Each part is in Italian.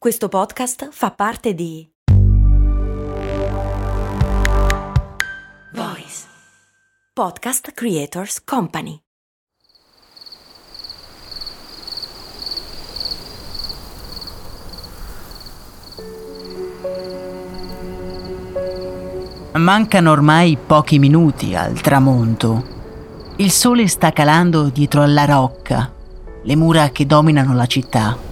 Questo podcast fa parte di Voice Podcast Creators Company. Mancano ormai pochi minuti al tramonto. Il sole sta calando dietro alla rocca, le mura che dominano la città.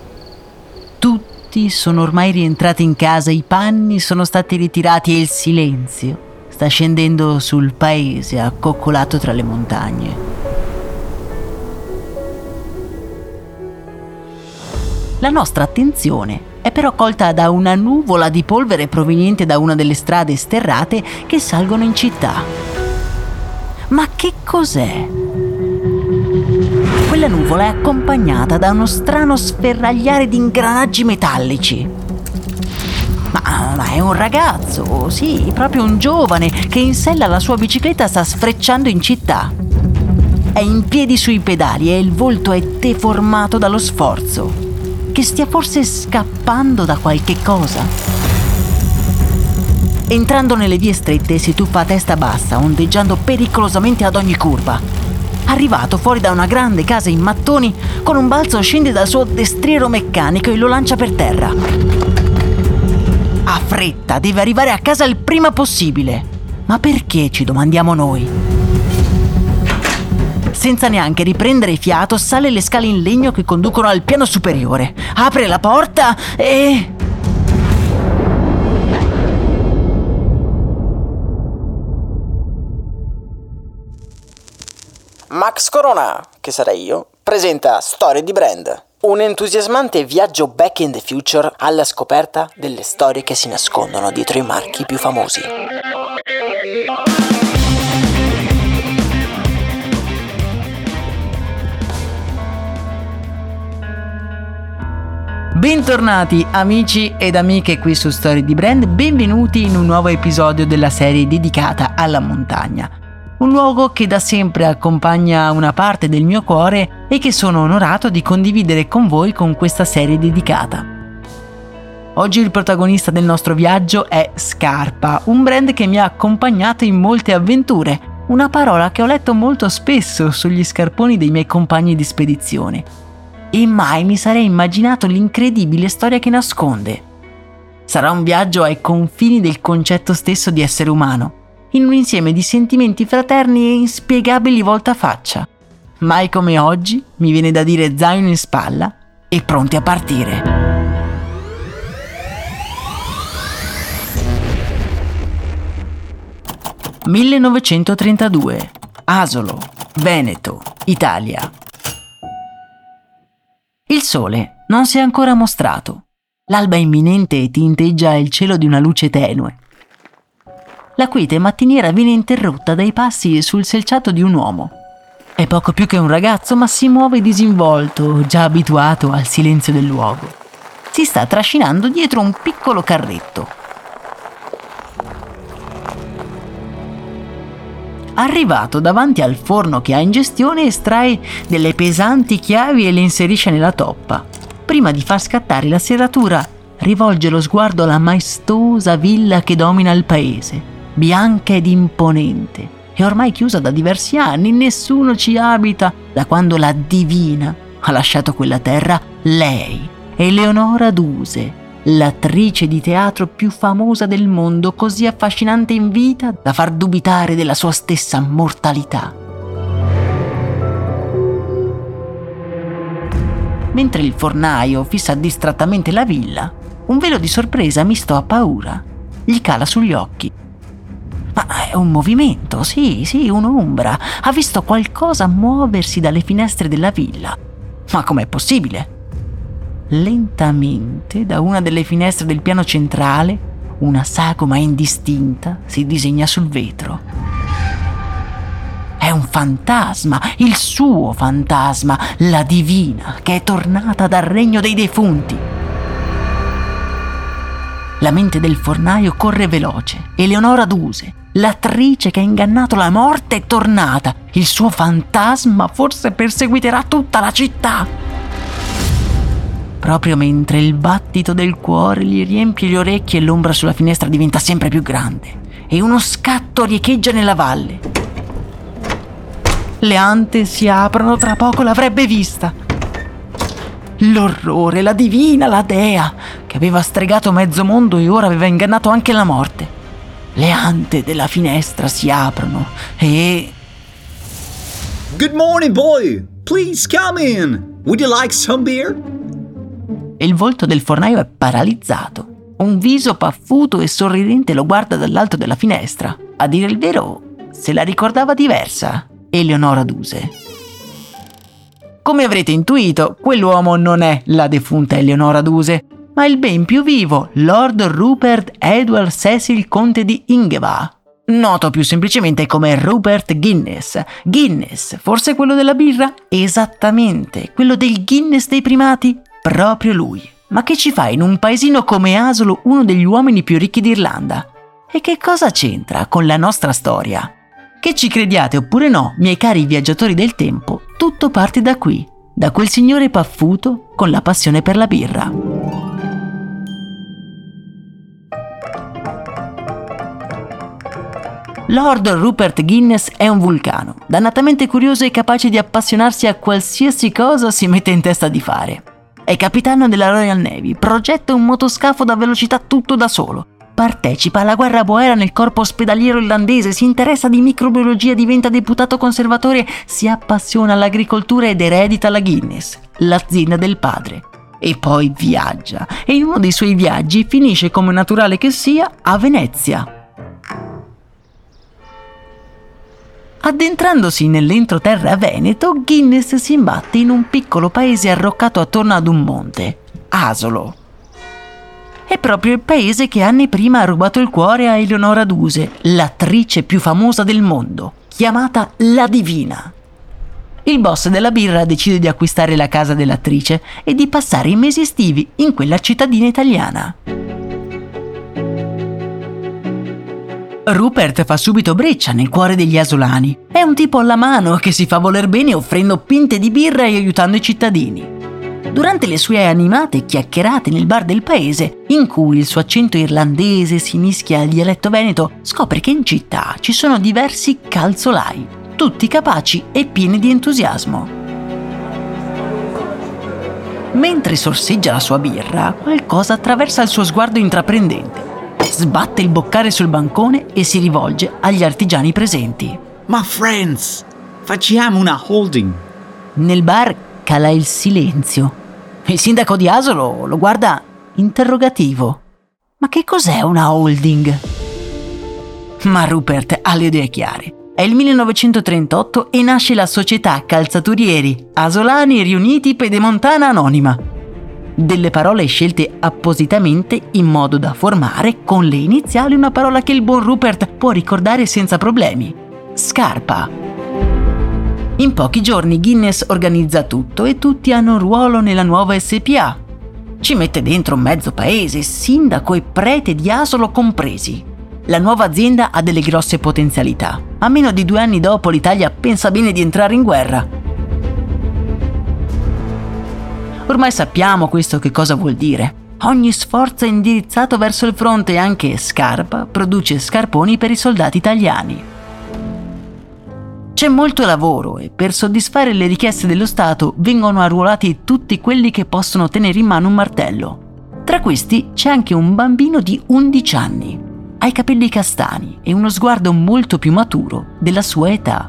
Tutti sono ormai rientrati in casa, i panni sono stati ritirati e il silenzio sta scendendo sul paese accoccolato tra le montagne. La nostra attenzione è però colta da una nuvola di polvere proveniente da una delle strade sterrate che salgono in città. Ma che cos'è? Quella nuvola è accompagnata da uno strano sferragliare di ingranaggi metallici. Ma è un ragazzo, sì, proprio un giovane che in sella alla sua bicicletta sta sfrecciando in città. È in piedi sui pedali e il volto è deformato dallo sforzo. Che stia forse scappando da qualche cosa. Entrando nelle vie strette si tuffa a testa bassa, ondeggiando pericolosamente ad ogni curva. Arrivato fuori da una grande casa in mattoni, con un balzo scende dal suo destriero meccanico e lo lancia per terra. Ha fretta, deve arrivare a casa il prima possibile. Ma perché, ci domandiamo noi? Senza neanche riprendere fiato, sale le scale in legno che conducono al piano superiore. Apre la porta e... Max Corona, che sarei io, presenta Storie di Brand, un entusiasmante viaggio back in the future alla scoperta delle storie che si nascondono dietro i marchi più famosi. Bentornati amici ed amiche qui su Storie di Brand, benvenuti in un nuovo episodio della serie dedicata alla montagna. Un luogo che da sempre accompagna una parte del mio cuore e che sono onorato di condividere con voi con questa serie dedicata. Oggi il protagonista del nostro viaggio è Scarpa, un brand che mi ha accompagnato in molte avventure, una parola che ho letto molto spesso sugli scarponi dei miei compagni di spedizione. E mai mi sarei immaginato l'incredibile storia che nasconde. Sarà un viaggio ai confini del concetto stesso di essere umano, in un insieme di sentimenti fraterni e inspiegabili voltafaccia. Mai come oggi mi viene da dire zaino in spalla e pronti a partire. (1932) Asolo, Veneto, Italia. Il sole non si è ancora mostrato. L'alba imminente tinteggia il cielo di una luce tenue. La quiete mattiniera viene interrotta dai passi sul selciato di un uomo. È poco più che un ragazzo, ma si muove disinvolto, già abituato al silenzio del luogo. Si sta trascinando dietro un piccolo carretto. Arrivato davanti al forno che ha in gestione, estrae delle pesanti chiavi e le inserisce nella toppa. Prima di far scattare la serratura, rivolge lo sguardo alla maestosa villa che domina il paese. Bianca ed imponente, e ormai chiusa da diversi anni, nessuno ci abita da quando la divina ha lasciato quella terra. Lei, Eleonora Duse, l'attrice di teatro più famosa del mondo, così affascinante in vita da far dubitare della sua stessa mortalità. Mentre il fornaio fissa distrattamente la villa, un velo di sorpresa misto a paura gli cala sugli occhi. Ma è un movimento, sì, un'ombra. Ha visto qualcosa muoversi dalle finestre della villa. Ma com'è possibile? Lentamente, da una delle finestre del piano centrale, una sagoma indistinta si disegna sul vetro. È un fantasma, il suo fantasma, la divina, che è tornata dal regno dei defunti. La mente del fornaio corre veloce. Eleonora Duse, l'attrice che ha ingannato la morte, è tornata. Il suo fantasma forse perseguiterà tutta la città. proprio mentre il battito del cuore gli riempie le orecchie e l'ombra sulla finestra diventa sempre più grande e uno scatto riecheggia nella valle. Le ante si aprono, tra poco l'avrebbe vista. L'orrore, la divina, la dea, che aveva stregato mezzo mondo e ora aveva ingannato anche la morte. Le ante della finestra si aprono e... Good morning, boy! Please come in! Would you like some beer? E il volto del fornaio è paralizzato. Un viso paffuto e sorridente lo guarda dall'alto della finestra. A dire il vero, se la ricordava diversa, Eleonora Duse. Come avrete intuito, quell'uomo non è la defunta Eleonora Duse, ma il ben più vivo Lord Rupert Edward Cecil Conte di Ingeva, noto più semplicemente come Rupert Guinness. Guinness, forse quello della birra? Esattamente, quello del Guinness dei primati? Proprio lui. Ma che ci fa in un paesino come Asolo, uno degli uomini più ricchi d'Irlanda? E che cosa c'entra con la nostra storia? Che ci crediate oppure no, miei cari viaggiatori del tempo, tutto parte da qui, da quel signore paffuto con la passione per la birra. Lord Rupert Guinness è un vulcano, dannatamente curioso e capace di appassionarsi a qualsiasi cosa si mette in testa di fare. È capitano della Royal Navy, progetta un motoscafo da velocità tutto da solo. Partecipa alla guerra boera nel corpo ospedaliero irlandese, si interessa di microbiologia, diventa deputato conservatore, si appassiona all'agricoltura ed eredita la Guinness, l'azienda del padre. E poi viaggia, e in uno dei suoi viaggi finisce, come naturale che sia, a Venezia. Addentrandosi nell'entroterra veneto, Guinness si imbatte in un piccolo paese arroccato attorno ad un monte, Asolo. È proprio il paese che anni prima ha rubato il cuore a Eleonora Duse, l'attrice più famosa del mondo, chiamata La Divina. Il boss della birra decide di acquistare la casa dell'attrice e di passare i mesi estivi in quella cittadina italiana. Rupert fa subito breccia nel cuore degli asolani. È un tipo alla mano che si fa voler bene offrendo pinte di birra e aiutando i cittadini. Durante le sue animate chiacchierate nel bar del paese, in cui il suo accento irlandese si mischia al dialetto veneto, scopre che in città ci sono diversi calzolai, tutti capaci e pieni di entusiasmo. Mentre sorseggia la sua birra, qualcosa attraversa il suo sguardo intraprendente. Sbatte il boccale sul bancone e si rivolge agli artigiani presenti. My friends, facciamo una holding. Nel bar cala il silenzio. Il sindaco di Asolo lo guarda interrogativo. Ma che cos'è una holding? Ma Rupert ha le idee chiare. È il 1938 e nasce la società calzaturieri Asolani Riuniti Pedemontana Anonima. Delle parole scelte appositamente in modo da formare con le iniziali una parola che il buon Rupert può ricordare senza problemi: scarpa. In pochi giorni Guinness organizza tutto e tutti hanno un ruolo nella nuova SPA. Ci mette dentro mezzo paese, sindaco e prete di Asolo compresi. La nuova azienda ha delle grosse potenzialità. A meno di 2 anni dopo l'Italia pensa bene di entrare in guerra. Ormai sappiamo questo che cosa vuol dire. Ogni sforzo è indirizzato verso il fronte e anche Scarpa produce scarponi per i soldati italiani. C'è molto lavoro e per soddisfare le richieste dello Stato vengono arruolati tutti quelli che possono tenere in mano un martello. Tra questi c'è anche un bambino di 11 anni. Ha i capelli castani e uno sguardo molto più maturo della sua età.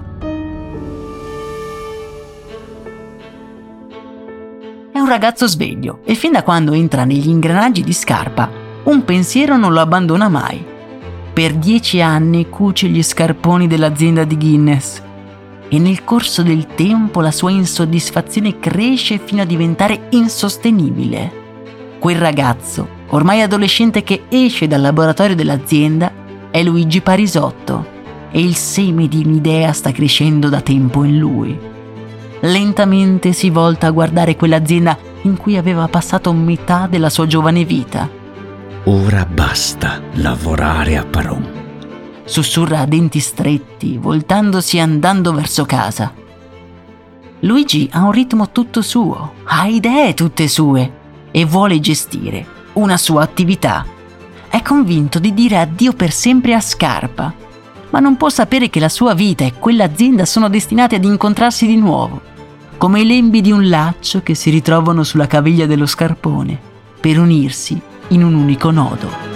È un ragazzo sveglio e fin da quando entra negli ingranaggi di Scarpa, un pensiero non lo abbandona mai. Per 10 anni cuce gli scarponi dell'azienda di Guinness e nel corso del tempo la sua insoddisfazione cresce fino a diventare insostenibile. Quel ragazzo, ormai adolescente che esce dal laboratorio dell'azienda, è Luigi Parisotto e il seme di un'idea sta crescendo da tempo in lui. Lentamente si volta a guardare quell'azienda in cui aveva passato metà della sua giovane vita. Ora basta lavorare a Paron. Sussurra a denti stretti, voltandosi e andando verso casa. Luigi ha un ritmo tutto suo, ha idee tutte sue e vuole gestire una sua attività. È convinto di dire addio per sempre a Scarpa, ma non può sapere che la sua vita e quell'azienda sono destinate ad incontrarsi di nuovo, come i lembi di un laccio che si ritrovano sulla caviglia dello scarpone, per unirsi in un unico nodo.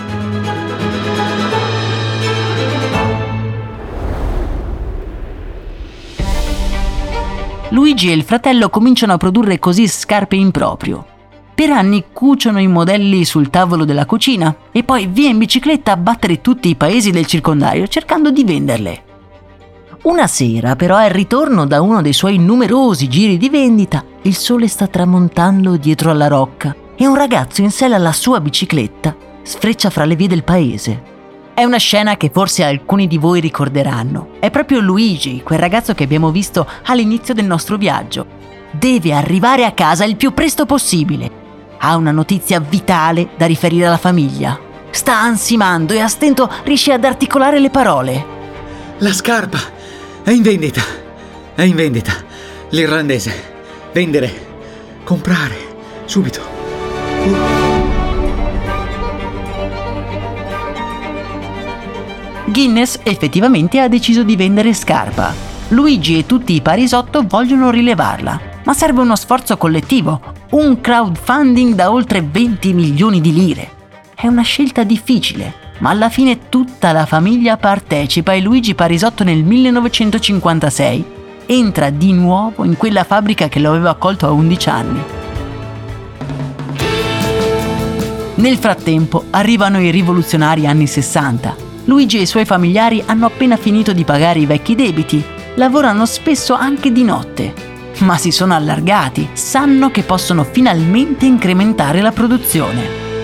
Luigi e il fratello cominciano a produrre così scarpe in proprio. Per anni cuciono i modelli sul tavolo della cucina e poi via in bicicletta a battere tutti i paesi del circondario cercando di venderle. Una sera, però, al ritorno da uno dei suoi numerosi giri di vendita, il sole sta tramontando dietro alla rocca e un ragazzo in sella alla sua bicicletta sfreccia fra le vie del paese. È una scena che forse alcuni di voi ricorderanno. È proprio Luigi, quel ragazzo che abbiamo visto all'inizio del nostro viaggio. Deve arrivare a casa il più presto possibile. Ha una notizia vitale da riferire alla famiglia. Sta ansimando e a stento riesce ad articolare le parole. La scarpa è in vendita. È in vendita. L'irlandese. Vendere. Comprare. Subito. Guinness effettivamente ha deciso di vendere Scarpa. Luigi e tutti i Parisotto vogliono rilevarla, ma serve uno sforzo collettivo, un crowdfunding da oltre 20 milioni di lire. È una scelta difficile, ma alla fine tutta la famiglia partecipa e Luigi Parisotto nel 1956 entra di nuovo in quella fabbrica che lo aveva accolto a 11 anni. Nel frattempo arrivano i rivoluzionari anni 60. Luigi e i suoi familiari hanno appena finito di pagare i vecchi debiti, lavorano spesso anche di notte, ma si sono allargati, sanno che possono finalmente incrementare la produzione.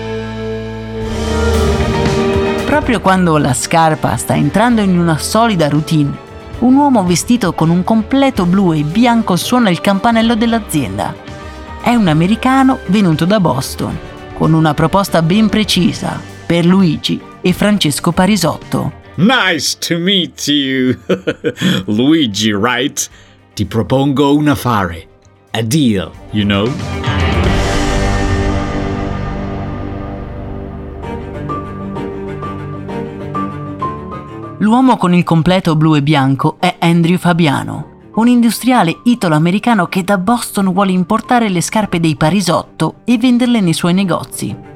Proprio quando la scarpa sta entrando in una solida routine, un uomo vestito con un completo blu e bianco suona il campanello dell'azienda. È un americano venuto da Boston, con una proposta ben precisa per Luigi e Francesco Parisotto. Nice to meet you. Luigi, right? Ti propongo un affare. A deal, you know? L'uomo con il completo blu e bianco è Andrew Fabiano, un industriale italo-americano che da Boston vuole importare le scarpe dei Parisotto e venderle nei suoi negozi.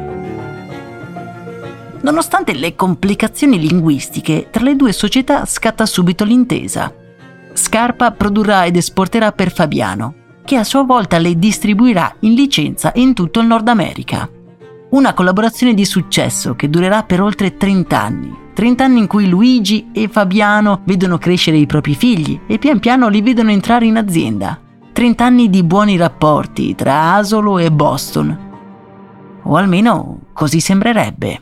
Nonostante le complicazioni linguistiche, tra le due società scatta subito l'intesa. Scarpa produrrà ed esporterà per Fabiano, che a sua volta le distribuirà in licenza in tutto il Nord America. Una collaborazione di successo che durerà per oltre 30 anni. 30 anni in cui Luigi e Fabiano vedono crescere i propri figli e pian piano li vedono entrare in azienda. 30 anni di buoni rapporti tra Asolo e Boston. O almeno così sembrerebbe.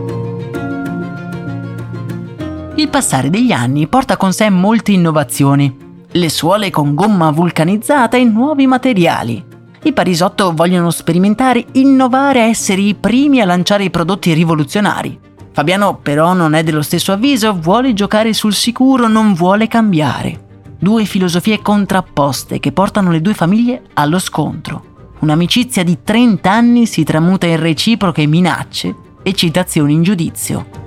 Il passare degli anni porta con sé molte innovazioni. Le suole con gomma vulcanizzata e nuovi materiali. I Parisotto vogliono sperimentare, innovare, essere i primi a lanciare i prodotti rivoluzionari. Fabiano però non è dello stesso avviso, vuole giocare sul sicuro, non vuole cambiare. Due filosofie contrapposte che portano le due famiglie allo scontro. Un'amicizia di 30 anni si tramuta in reciproche minacce e citazioni in giudizio.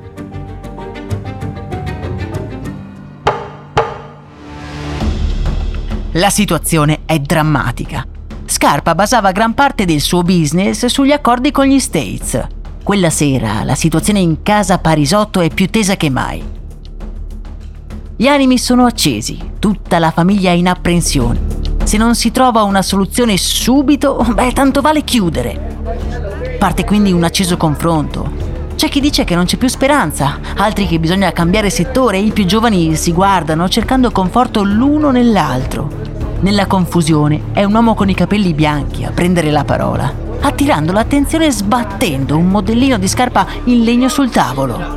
La situazione è drammatica. Scarpa basava gran parte del suo business sugli accordi con gli States. Quella sera la situazione in casa Parisotto è più tesa che mai. Gli animi sono accesi, tutta la famiglia è in apprensione. Se non si trova una soluzione subito, tanto vale chiudere. Parte quindi un acceso confronto. C'è chi dice che non c'è più speranza, altri che bisogna cambiare settore e i più giovani si guardano cercando conforto l'uno nell'altro. Nella confusione è un uomo con i capelli bianchi a prendere la parola, attirando l'attenzione e sbattendo un modellino di scarpa in legno sul tavolo.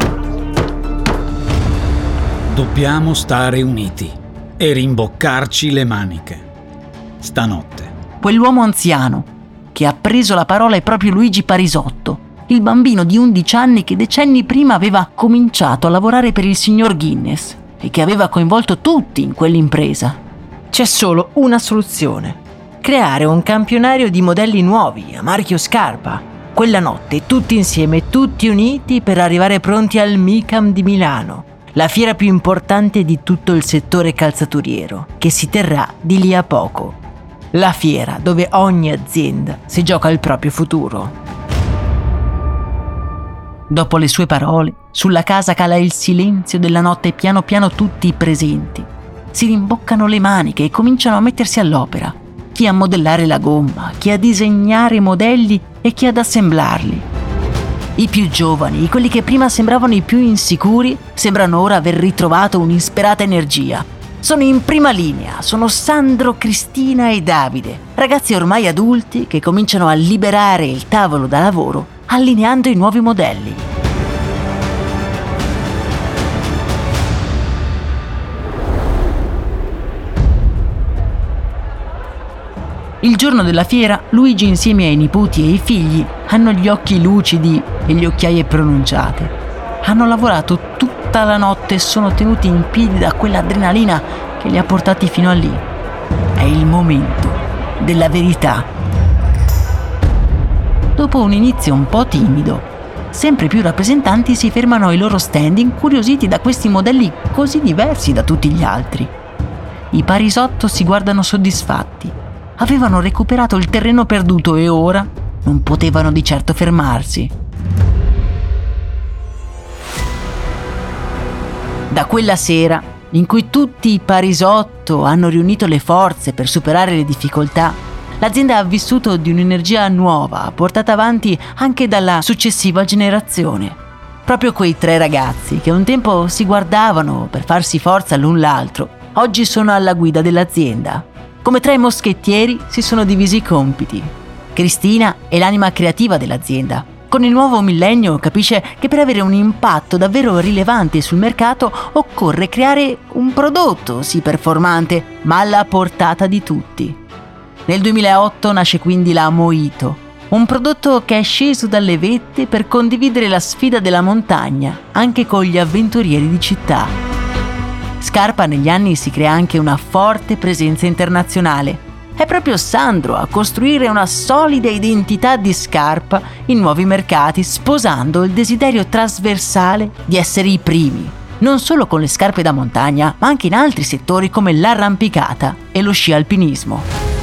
Dobbiamo stare uniti e rimboccarci le maniche. Stanotte. Quell'uomo anziano che ha preso la parola è proprio Luigi Parisotto, il bambino di 11 anni che decenni prima aveva cominciato a lavorare per il signor Guinness e che aveva coinvolto tutti in quell'impresa. C'è solo una soluzione: creare un campionario di modelli nuovi a marchio Scarpa. Quella notte tutti insieme, tutti uniti per arrivare pronti al MICAM di Milano, la fiera più importante di tutto il settore calzaturiero, che si terrà di lì a poco. La fiera dove ogni azienda si gioca il proprio futuro. Dopo le sue parole, sulla casa cala il silenzio della notte e piano piano tutti i presenti si rimboccano le maniche e cominciano a mettersi all'opera. Chi a modellare la gomma, chi a disegnare i modelli e chi ad assemblarli. I più giovani, quelli che prima sembravano i più insicuri, sembrano ora aver ritrovato un'insperata energia. Sono in prima linea, sono Sandro, Cristina e Davide, ragazzi ormai adulti che cominciano a liberare il tavolo da lavoro allineando i nuovi modelli. Il giorno della fiera, Luigi insieme ai nipoti e ai figli hanno gli occhi lucidi e le occhiaie pronunciate. Hanno lavorato tutta la notte e sono tenuti in piedi da quell'adrenalina che li ha portati fino a lì. È il momento della verità. Dopo un inizio un po' timido, sempre più rappresentanti si fermano ai loro stand incuriositi da questi modelli così diversi da tutti gli altri. I Parisotto si guardano soddisfatti. Avevano recuperato il terreno perduto e ora non potevano di certo fermarsi. Da quella sera, in cui tutti i Parisotto hanno riunito le forze per superare le difficoltà, l'azienda ha vissuto di un'energia nuova, portata avanti anche dalla successiva generazione. Proprio quei 3 ragazzi che un tempo si guardavano per farsi forza l'un l'altro, oggi sono alla guida dell'azienda. Come 3 moschettieri si sono divisi i compiti. Cristina è l'anima creativa dell'azienda. Con il nuovo millennio capisce che per avere un impatto davvero rilevante sul mercato occorre creare un prodotto, sì performante, ma alla portata di tutti. Nel 2008 nasce quindi la Mojito, un prodotto che è sceso dalle vette per condividere la sfida della montagna anche con gli avventurieri di città. Scarpa negli anni si crea anche una forte presenza internazionale. È proprio Sandro a costruire una solida identità di Scarpa in nuovi mercati, sposando il desiderio trasversale di essere i primi, non solo con le scarpe da montagna, ma anche in altri settori come l'arrampicata e lo sci alpinismo.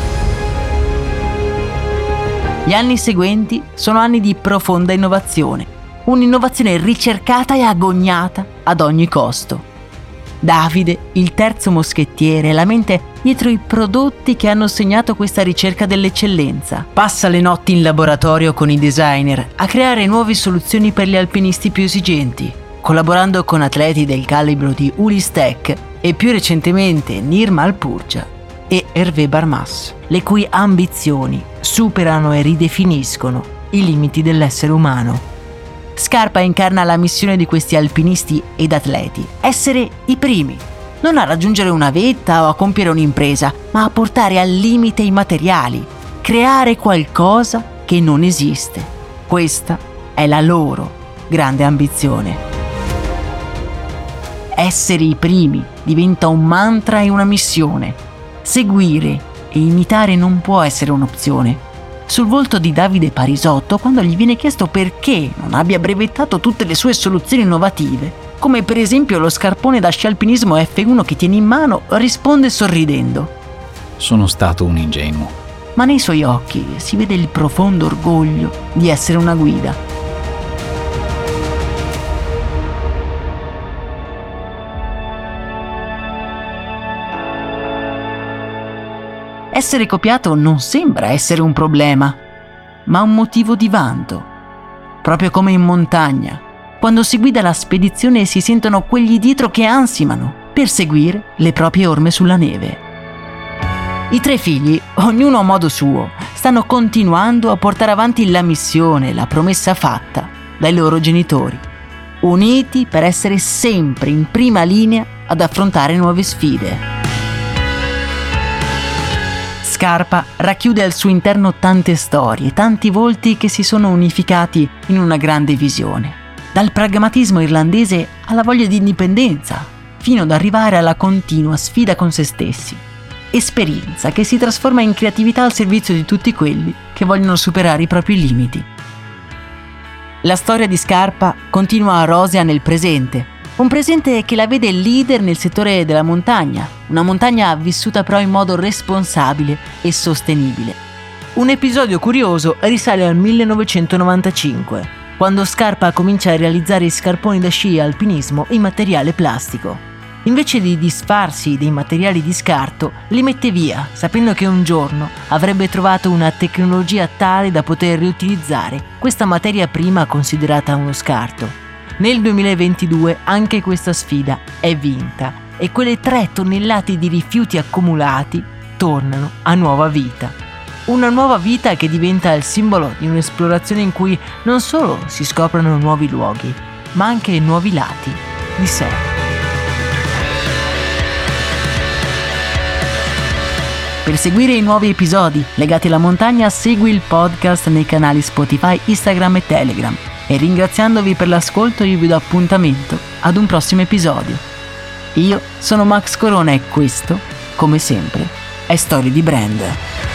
Gli anni seguenti sono anni di profonda innovazione, un'innovazione ricercata e agognata ad ogni costo. Davide, il terzo moschettiere, è la mente dietro i prodotti che hanno segnato questa ricerca dell'eccellenza. Passa le notti in laboratorio con i designer a creare nuove soluzioni per gli alpinisti più esigenti, collaborando con atleti del calibro di Ulis Tech e più recentemente Nir Malpurgia e Hervé Barmas, le cui ambizioni superano e ridefiniscono i limiti dell'essere umano. Scarpa incarna la missione di questi alpinisti ed atleti: essere i primi, non a raggiungere una vetta o a compiere un'impresa, ma a portare al limite i materiali, creare qualcosa che non esiste. Questa è la loro grande ambizione. Essere i primi diventa un mantra e una missione. Seguire e imitare non può essere un'opzione. Sul volto di Davide Parisotto, quando gli viene chiesto perché non abbia brevettato tutte le sue soluzioni innovative, come per esempio lo scarpone da sci alpinismo F1 che tiene in mano, risponde sorridendo: Sono stato un ingenuo. Ma nei suoi occhi si vede il profondo orgoglio di essere una guida. Essere copiato non sembra essere un problema, ma un motivo di vanto. Proprio come in montagna, quando si guida la spedizione si sentono quelli dietro che ansimano per seguire le proprie orme sulla neve. I 3 figli, ognuno a modo suo, stanno continuando a portare avanti la missione, la promessa fatta dai loro genitori, uniti per essere sempre in prima linea ad affrontare nuove sfide. Scarpa racchiude al suo interno tante storie, tanti volti che si sono unificati in una grande visione. Dal pragmatismo irlandese alla voglia di indipendenza, fino ad arrivare alla continua sfida con se stessi. esperienza che si trasforma in creatività al servizio di tutti quelli che vogliono superare i propri limiti. La storia di Scarpa continua a rosea nel presente, un presente che la vede leader nel settore della montagna, una montagna vissuta però in modo responsabile e sostenibile. Un episodio curioso risale al 1995, quando Scarpa comincia a realizzare scarponi da sci e alpinismo in materiale plastico. Invece di disfarsi dei materiali di scarto, li mette via, sapendo che un giorno avrebbe trovato una tecnologia tale da poter riutilizzare questa materia prima considerata uno scarto. Nel 2022 anche questa sfida è vinta e quelle 3 tonnellate di rifiuti accumulati tornano a nuova vita. Una nuova vita che diventa il simbolo di un'esplorazione in cui non solo si scoprono nuovi luoghi, ma anche nuovi lati di sé. Per seguire i nuovi episodi legati alla montagna, segui il podcast nei canali Spotify, Instagram e Telegram. E ringraziandovi per l'ascolto, io vi do appuntamento ad un prossimo episodio. Io sono Max Corona e questo, come sempre, è Storie di Brand.